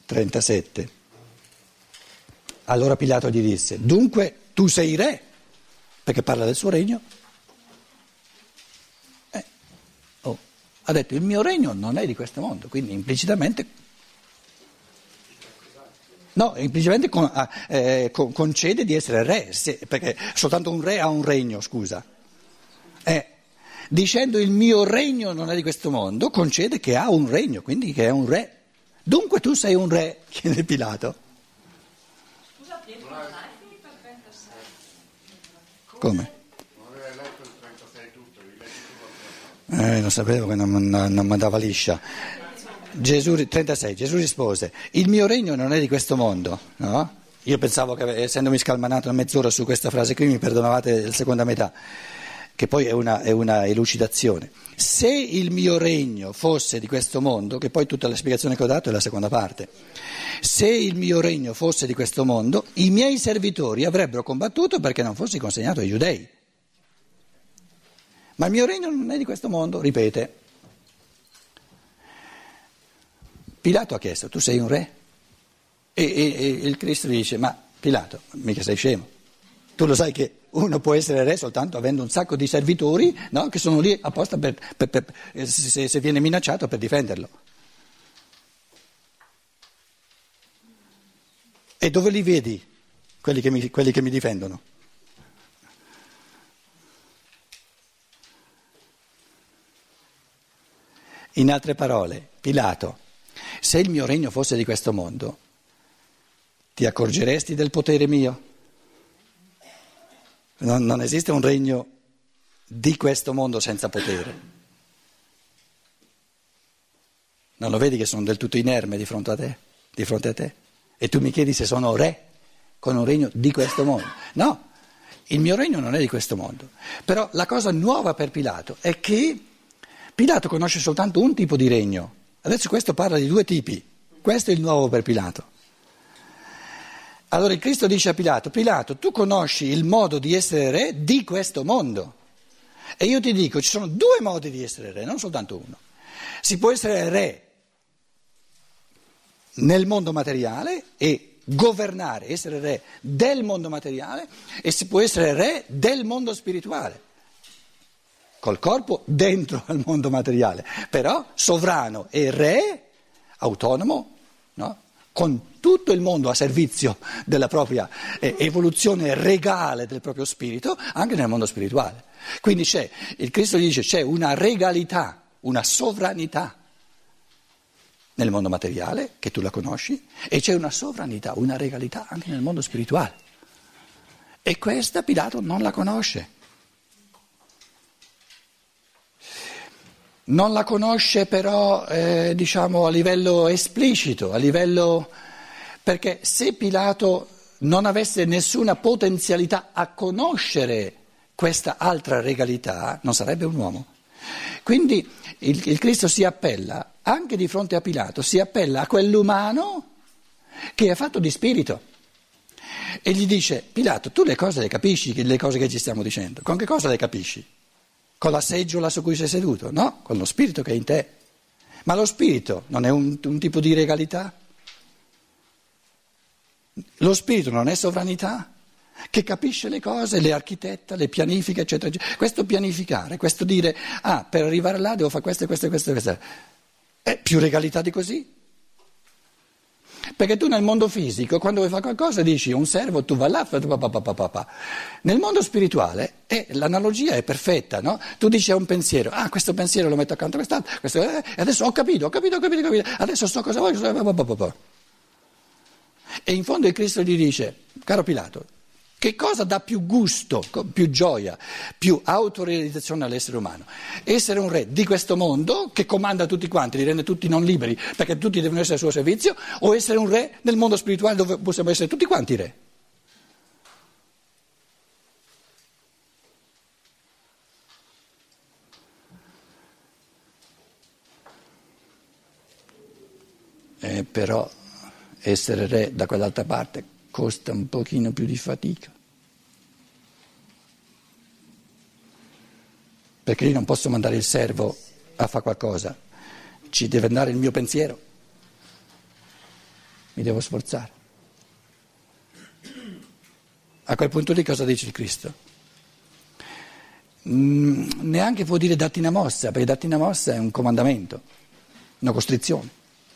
37. Allora Pilato gli disse: dunque tu sei re, perché parla del suo regno. Ha detto: il mio regno non è di questo mondo, quindi implicitamente concede di essere re, perché soltanto un re ha un regno, scusa. Dicendo il mio regno non è di questo mondo, concede che ha un regno, quindi che è un re. Dunque tu sei un re, chiede Pilato. Scusa Pietro, non hai finito il 36? Come? Non avevi letto il 36 tutto, avevi letto tutto. Non sapevo che non mi andava liscia. 36, Gesù rispose: il mio regno non è di questo mondo, no? Io pensavo che, essendomi scalmanato una mezz'ora su questa frase qui, mi perdonavate la seconda metà, che poi è una elucidazione. Se il mio regno fosse di questo mondo, che poi tutta la spiegazione che ho dato è la seconda parte, se il mio regno fosse di questo mondo, i miei servitori avrebbero combattuto perché non fossi consegnato ai giudei. Ma il mio regno non è di questo mondo, ripete. Pilato ha chiesto: tu sei un re? E il Cristo gli dice: ma Pilato, mica sei scemo. Tu lo sai che uno può essere re soltanto avendo un sacco di servitori, no? Che sono lì apposta se viene minacciato, per difenderlo. E dove li vedi quelli che mi difendono? In altre parole, Pilato: se il mio regno fosse di questo mondo, ti accorgeresti del potere mio? Non esiste un regno di questo mondo senza potere. Non lo vedi che sono del tutto inerme di fronte a te? E tu mi chiedi se sono re con un regno di questo mondo? No, il mio regno non è di questo mondo. Però la cosa nuova per Pilato è che Pilato conosce soltanto un tipo di regno. Adesso questo parla di due tipi. Questo è il nuovo per Pilato. Allora il Cristo dice a Pilato: Pilato, tu conosci il modo di essere re di questo mondo. E io ti dico, ci sono due modi di essere re, non soltanto uno. Si può essere re nel mondo materiale e governare, essere re del mondo materiale, e si può essere re del mondo spirituale, col corpo dentro al mondo materiale, però sovrano e re, autonomo, no? Con tutto il mondo a servizio della propria evoluzione regale del proprio spirito, anche nel mondo spirituale. Quindi il Cristo gli dice, c'è una regalità, una sovranità nel mondo materiale, che tu la conosci, e c'è una sovranità, una regalità anche nel mondo spirituale. E questa Pilato non la conosce. Non la conosce però, diciamo, a livello esplicito, perché se Pilato non avesse nessuna potenzialità a conoscere questa altra regalità, non sarebbe un uomo. Quindi il Cristo si appella, anche di fronte a Pilato, si appella a quell'umano che è fatto di spirito. E gli dice: Pilato, tu le cose le capisci, le cose che ci stiamo dicendo? Con che cosa le capisci? Con la seggiola su cui sei seduto? No, con lo spirito che è in te. Ma lo spirito non è un tipo di regalità? Lo spirito non è sovranità? Che capisce le cose, le architetta, le pianifica, eccetera, eccetera. Questo pianificare, questo dire, per arrivare là devo fare questo e questo e questo e questo. È più regalità di così? Perché tu nel mondo fisico, quando vuoi fare qualcosa, dici un servo, tu vai là, nel mondo spirituale l'analogia è perfetta, no? Tu dici a un pensiero, questo pensiero lo metto accanto a quest'altro, e adesso ho capito, adesso so cosa voglio, e in fondo il Cristo gli dice: caro Pilato, che cosa dà più gusto, più gioia, più autorealizzazione all'essere umano? Essere un re di questo mondo che comanda tutti quanti, li rende tutti non liberi perché tutti devono essere al suo servizio, o essere un re nel mondo spirituale dove possiamo essere tutti quanti re? Però essere re da quell'altra parte costa un pochino più di fatica. Perché io non posso mandare il servo a fare qualcosa, ci deve andare il mio pensiero. mi devo sforzare. A quel punto lì cosa dice il Cristo? Neanche può dire datti una mossa, perché datti una mossa è un comandamento, una costrizione.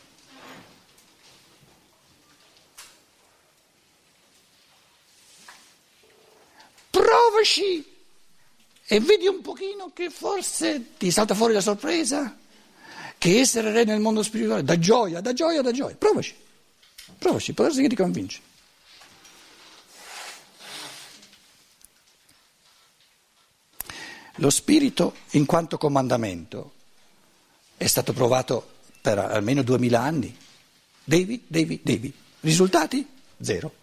Provaci e vedi un pochino che forse ti salta fuori la sorpresa, che essere re nel mondo spirituale dà gioia, dà gioia, dà gioia. Provaci, può essere che ti convinci. Lo spirito in quanto comandamento è stato provato per almeno 2000 anni. Devi. Risultati? Zero.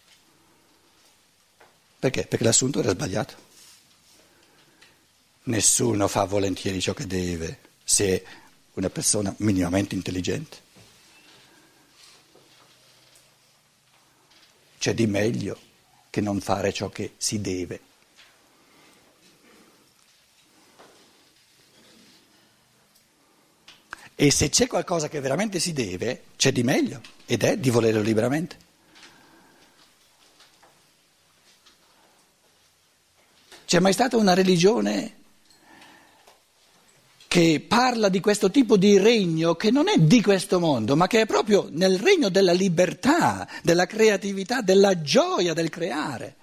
Perché? Perché l'assunto era sbagliato. Nessuno fa volentieri ciò che deve se è una persona minimamente intelligente. C'è di meglio che non fare ciò che si deve. E se c'è qualcosa che veramente si deve, c'è di meglio, ed è di volerlo liberamente. C'è mai stata una religione che parla di questo tipo di regno che non è di questo mondo, ma che è proprio nel regno della libertà, della creatività, della gioia del creare?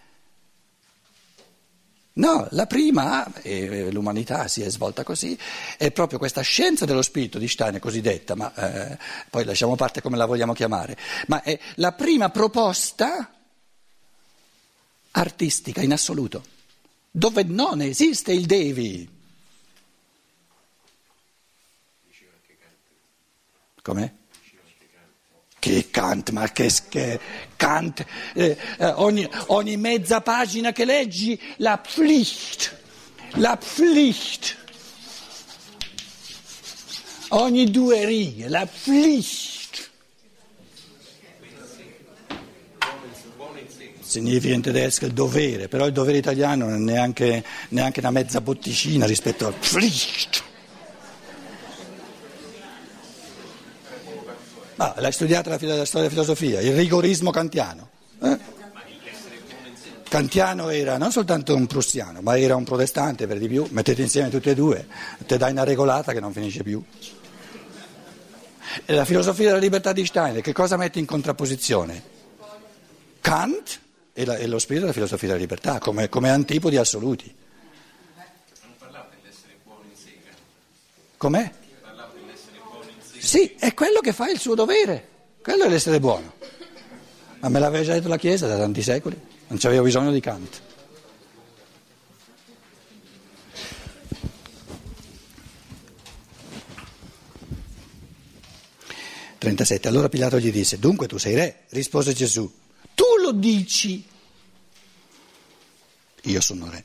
No, la prima, e l'umanità si è svolta così, è proprio questa scienza dello spirito di Steiner cosiddetta, ma poi lasciamo parte come la vogliamo chiamare, ma è la prima proposta artistica in assoluto, dove non esiste il devi. Com'è? Che Kant, ma che Kant, ogni mezza pagina che leggi, la Pflicht, ogni 2 righe, la Pflicht. Significa in tedesco il dovere, però il dovere italiano non è neanche una mezza botticina rispetto al Pflicht. L'hai studiata la storia della filosofia, il rigorismo kantiano. Kantiano era non soltanto un prussiano, ma era un protestante per di più, mettete insieme tutti e due, te dai una regolata che non finisce più. E la filosofia della libertà di Steiner, che cosa mette in contrapposizione? Kant e lo spirito della filosofia della libertà, come antipodi assoluti. Non parlate dell'essere buono in sé. Com'è? Sì, è quello che fa il suo dovere, quello è l'essere buono. Ma me l'aveva già detto la Chiesa da tanti secoli, non c'aveva bisogno di Kant. (37) Allora Pilato gli disse: dunque tu sei re? Rispose Gesù: tu lo dici, io sono re.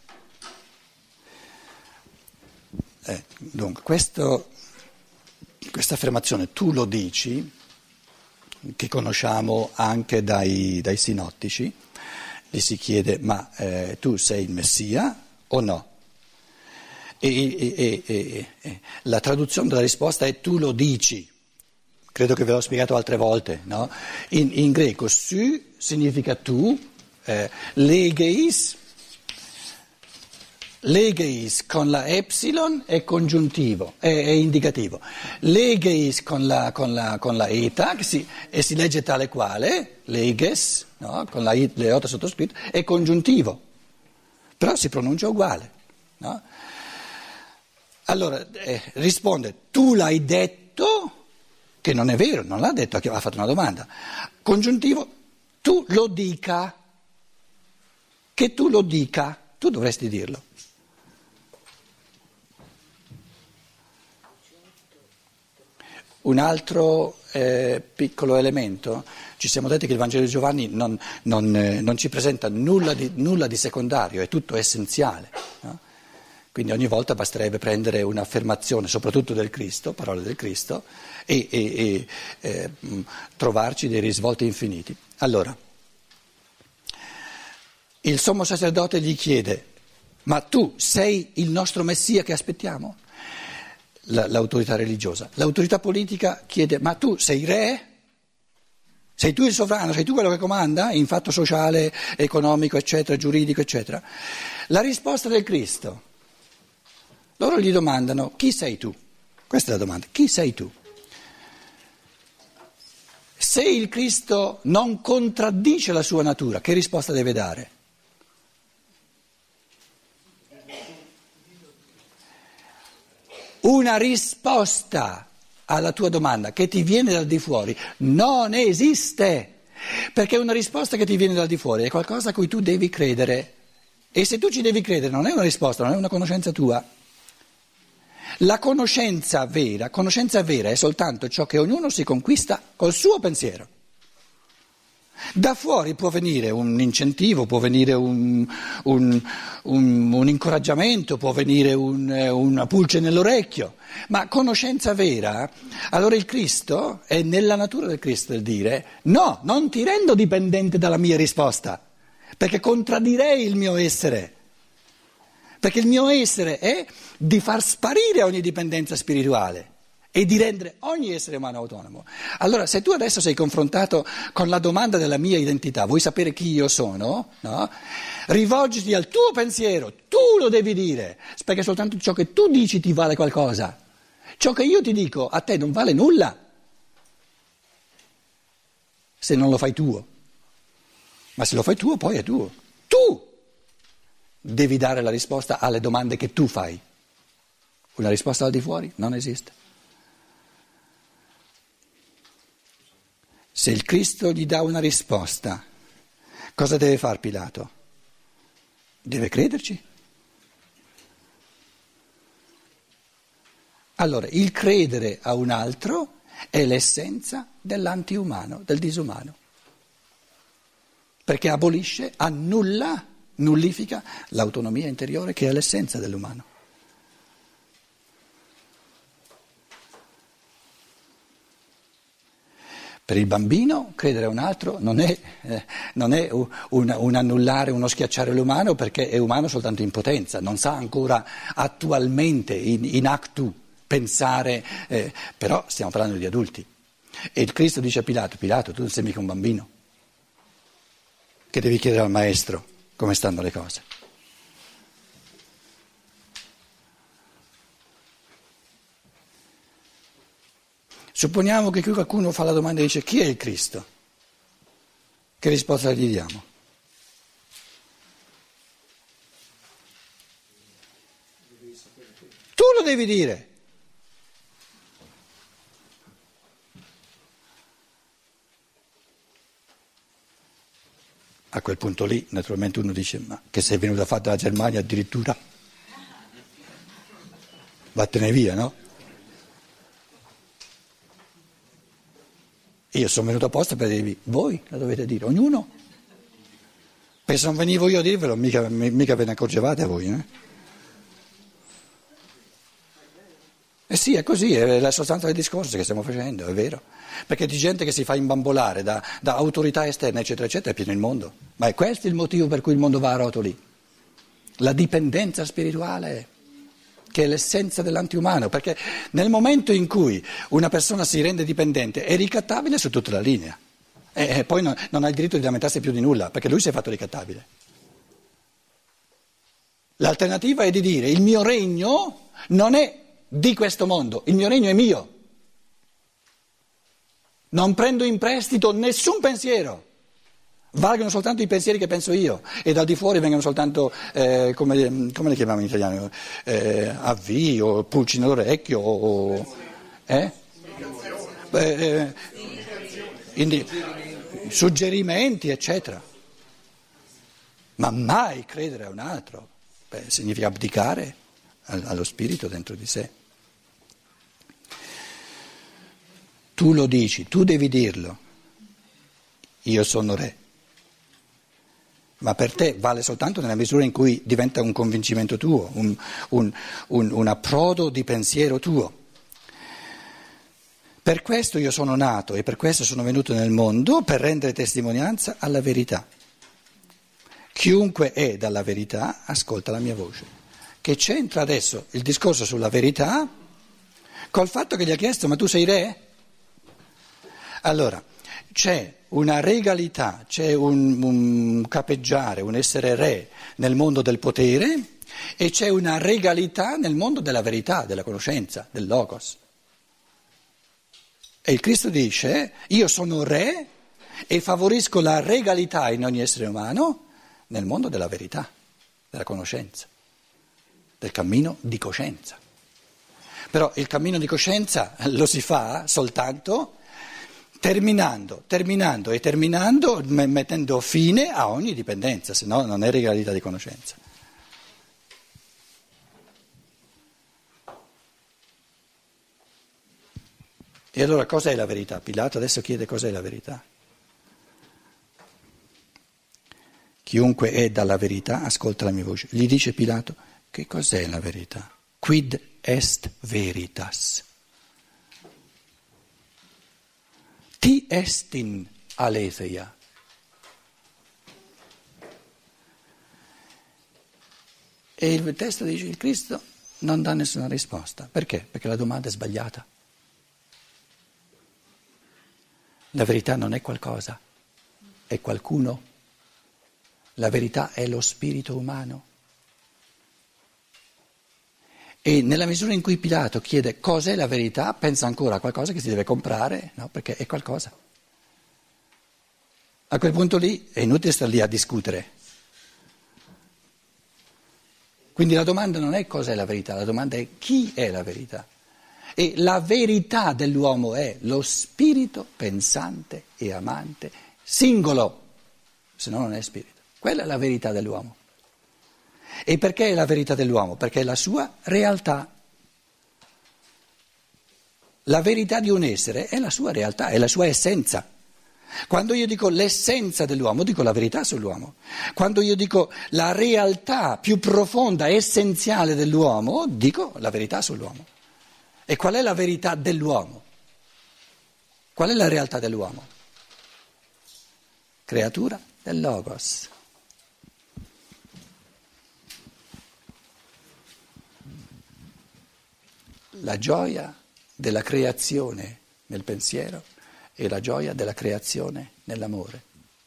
Dunque questa affermazione, tu lo dici, che conosciamo anche dai sinottici, gli si chiede, ma tu sei il Messia o no? E la traduzione della risposta è tu lo dici, credo che ve l'ho spiegato altre volte, no? In greco su significa tu, legeis con la epsilon è congiuntivo, è indicativo. Legeis con la eta, e si legge tale quale, leges, no? Con la iota sottoscritto, è congiuntivo, però si pronuncia uguale. No? Allora risponde, tu l'hai detto, che non è vero, non l'ha detto, ha fatto una domanda. Congiuntivo, tu lo dica, che tu lo dica, tu dovresti dirlo. Un altro piccolo elemento, ci siamo detti che il Vangelo di Giovanni non ci presenta nulla di secondario, è tutto essenziale. No? Quindi ogni volta basterebbe prendere un'affermazione, soprattutto del Cristo, parole del Cristo, e trovarci dei risvolti infiniti. Allora, il sommo sacerdote gli chiede, ma tu sei il nostro Messia che aspettiamo? L'autorità religiosa. L'autorità politica chiede, ma tu sei re? Sei tu il sovrano, sei tu quello che comanda in fatto sociale, economico, eccetera, giuridico, eccetera. La risposta del Cristo. Loro gli domandano: chi sei tu? Questa è la domanda: chi sei tu? Se il Cristo non contraddice la sua natura, che risposta deve dare? Una risposta alla tua domanda che ti viene dal di fuori non esiste, perché una risposta che ti viene dal di fuori è qualcosa a cui tu devi credere, e se tu ci devi credere non è una risposta, non è una conoscenza tua. La conoscenza vera è soltanto ciò che ognuno si conquista col suo pensiero. Da fuori può venire un incentivo, può venire un incoraggiamento, può venire una pulce nell'orecchio, ma conoscenza vera, allora il Cristo è nella natura del Cristo il dire: no, non ti rendo dipendente dalla mia risposta, perché contraddirei il mio essere. Perché il mio essere è di far sparire ogni dipendenza spirituale e di rendere ogni essere umano autonomo. Allora, se tu adesso sei confrontato con la domanda della mia identità, vuoi sapere chi io sono? No? Rivolgiti al tuo pensiero, tu lo devi dire, perché soltanto ciò che tu dici ti vale qualcosa. Ciò che io ti dico a te non vale nulla se non lo fai tuo. Ma se lo fai tuo, poi è tuo. Tu devi dare la risposta alle domande che tu fai. Una risposta al di fuori non esiste. Se il Cristo gli dà una risposta, cosa deve far Pilato? Deve crederci. Allora, il credere a un altro è l'essenza dell'antiumano, del disumano, perché abolisce, nullifica l'autonomia interiore che è l'essenza dell'umano. Per il bambino credere a un altro non è un annullare, uno schiacciare l'umano, perché è umano soltanto in potenza, non sa ancora attualmente, in actu, pensare, però stiamo parlando di adulti. E il Cristo dice a Pilato: Pilato, tu non sei mica un bambino, che devi chiedere al maestro come stanno le cose. Supponiamo che qui qualcuno fa la domanda e dice: chi è il Cristo? Che risposta gli diamo? Tu lo devi dire. A quel punto lì, naturalmente, uno dice: ma che sei venuto a fare dalla Germania addirittura? Vattene via, no? Io sono venuto apposta per dirvi: voi la dovete dire, ognuno. Perché se non venivo io a dirvelo, mica ve ne accorgevate a voi, Eh sì, è così, è la sostanza del discorso che stiamo facendo, è vero. Perché di gente che si fa imbambolare da autorità esterne, eccetera, eccetera, è pieno il mondo. Ma è questo il motivo per cui il mondo va a rotoli. La dipendenza spirituale, che è l'essenza dell'antiumano, perché nel momento in cui una persona si rende dipendente è ricattabile su tutta la linea. E poi non ha il diritto di lamentarsi più di nulla, perché lui si è fatto ricattabile. L'alternativa è di dire: il mio regno non è di questo mondo, il mio regno è mio. Non prendo in prestito nessun pensiero, valgono soltanto i pensieri che penso io, e dal di fuori vengono soltanto, come le chiamiamo in italiano, avvii o pulci nell'orecchio o suggerimenti, eccetera. Ma mai credere a un altro, significa abdicare allo spirito dentro di sé. Tu lo dici, tu devi dirlo: io sono re. Ma per te vale soltanto nella misura in cui diventa un convincimento tuo, un approdo di pensiero tuo. Per questo io sono nato e per questo sono venuto nel mondo, per rendere testimonianza alla verità. Chiunque è dalla verità ascolta la mia voce. Che c'entra adesso il discorso sulla verità col fatto che gli ha chiesto: ma tu sei re? Allora, c'è una regalità, c'è un capeggiare, un essere re nel mondo del potere e c'è una regalità nel mondo della verità, della conoscenza, del logos. E il Cristo dice, io sono re e favorisco la regalità in ogni essere umano nel mondo della verità, della conoscenza, del cammino di coscienza. Però il cammino di coscienza lo si fa soltanto terminando, mettendo fine a ogni dipendenza, se no non è regalità di conoscenza. E allora cos'è la verità? Pilato adesso chiede cos'è la verità. Chiunque è dalla verità ascolta la mia voce. Gli dice Pilato, che cos'è la verità? Quid est veritas? Ti estin aletheia. E il testo dice, il Cristo non dà nessuna risposta. Perché? Perché la domanda è sbagliata. La verità non è qualcosa, è qualcuno. La verità è lo spirito umano. E nella misura in cui Pilato chiede cos'è la verità, pensa ancora a qualcosa che si deve comprare, no? Perché è qualcosa. A quel punto lì è inutile stare lì a discutere. Quindi la domanda non è cos'è la verità, la domanda è chi è la verità. E la verità dell'uomo è lo spirito pensante e amante, singolo, se no non è spirito. Quella è la verità dell'uomo. E perché è la verità dell'uomo? Perché è la sua realtà. La verità di un essere è la sua realtà, è la sua essenza. Quando io dico l'essenza dell'uomo, dico la verità sull'uomo. Quando io dico la realtà più profonda, essenziale dell'uomo, dico la verità sull'uomo. E qual è la verità dell'uomo? Qual è la realtà dell'uomo? Creatura del Logos. La gioia della creazione nel pensiero e la gioia della creazione nell'amore.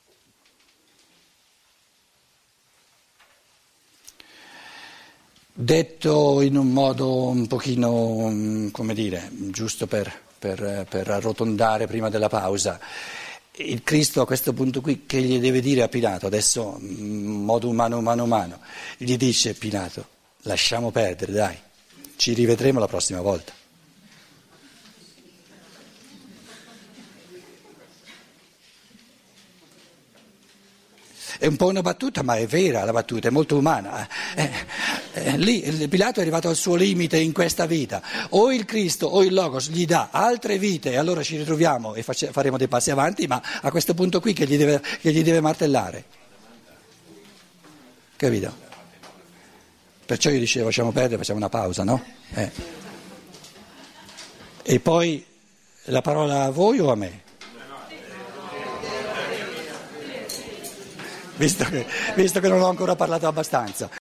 Detto in un modo un pochino, come dire, giusto per arrotondare prima della pausa, il Cristo a questo punto qui che gli deve dire a Pilato, adesso in modo umano, gli dice Pilato, lasciamo perdere, dai, ci rivedremo la prossima volta. È un po' una battuta, ma è vera la battuta, è molto umana. Lì Pilato è arrivato al suo limite in questa vita. O il Cristo o il Logos gli dà altre vite e allora ci ritroviamo e faremo dei passi avanti, ma a questo punto qui che gli deve martellare. Capito? Perciò io dicevo lasciamo perdere, facciamo una pausa, no? E poi la parola a voi o a me? Visto che non ho ancora parlato abbastanza.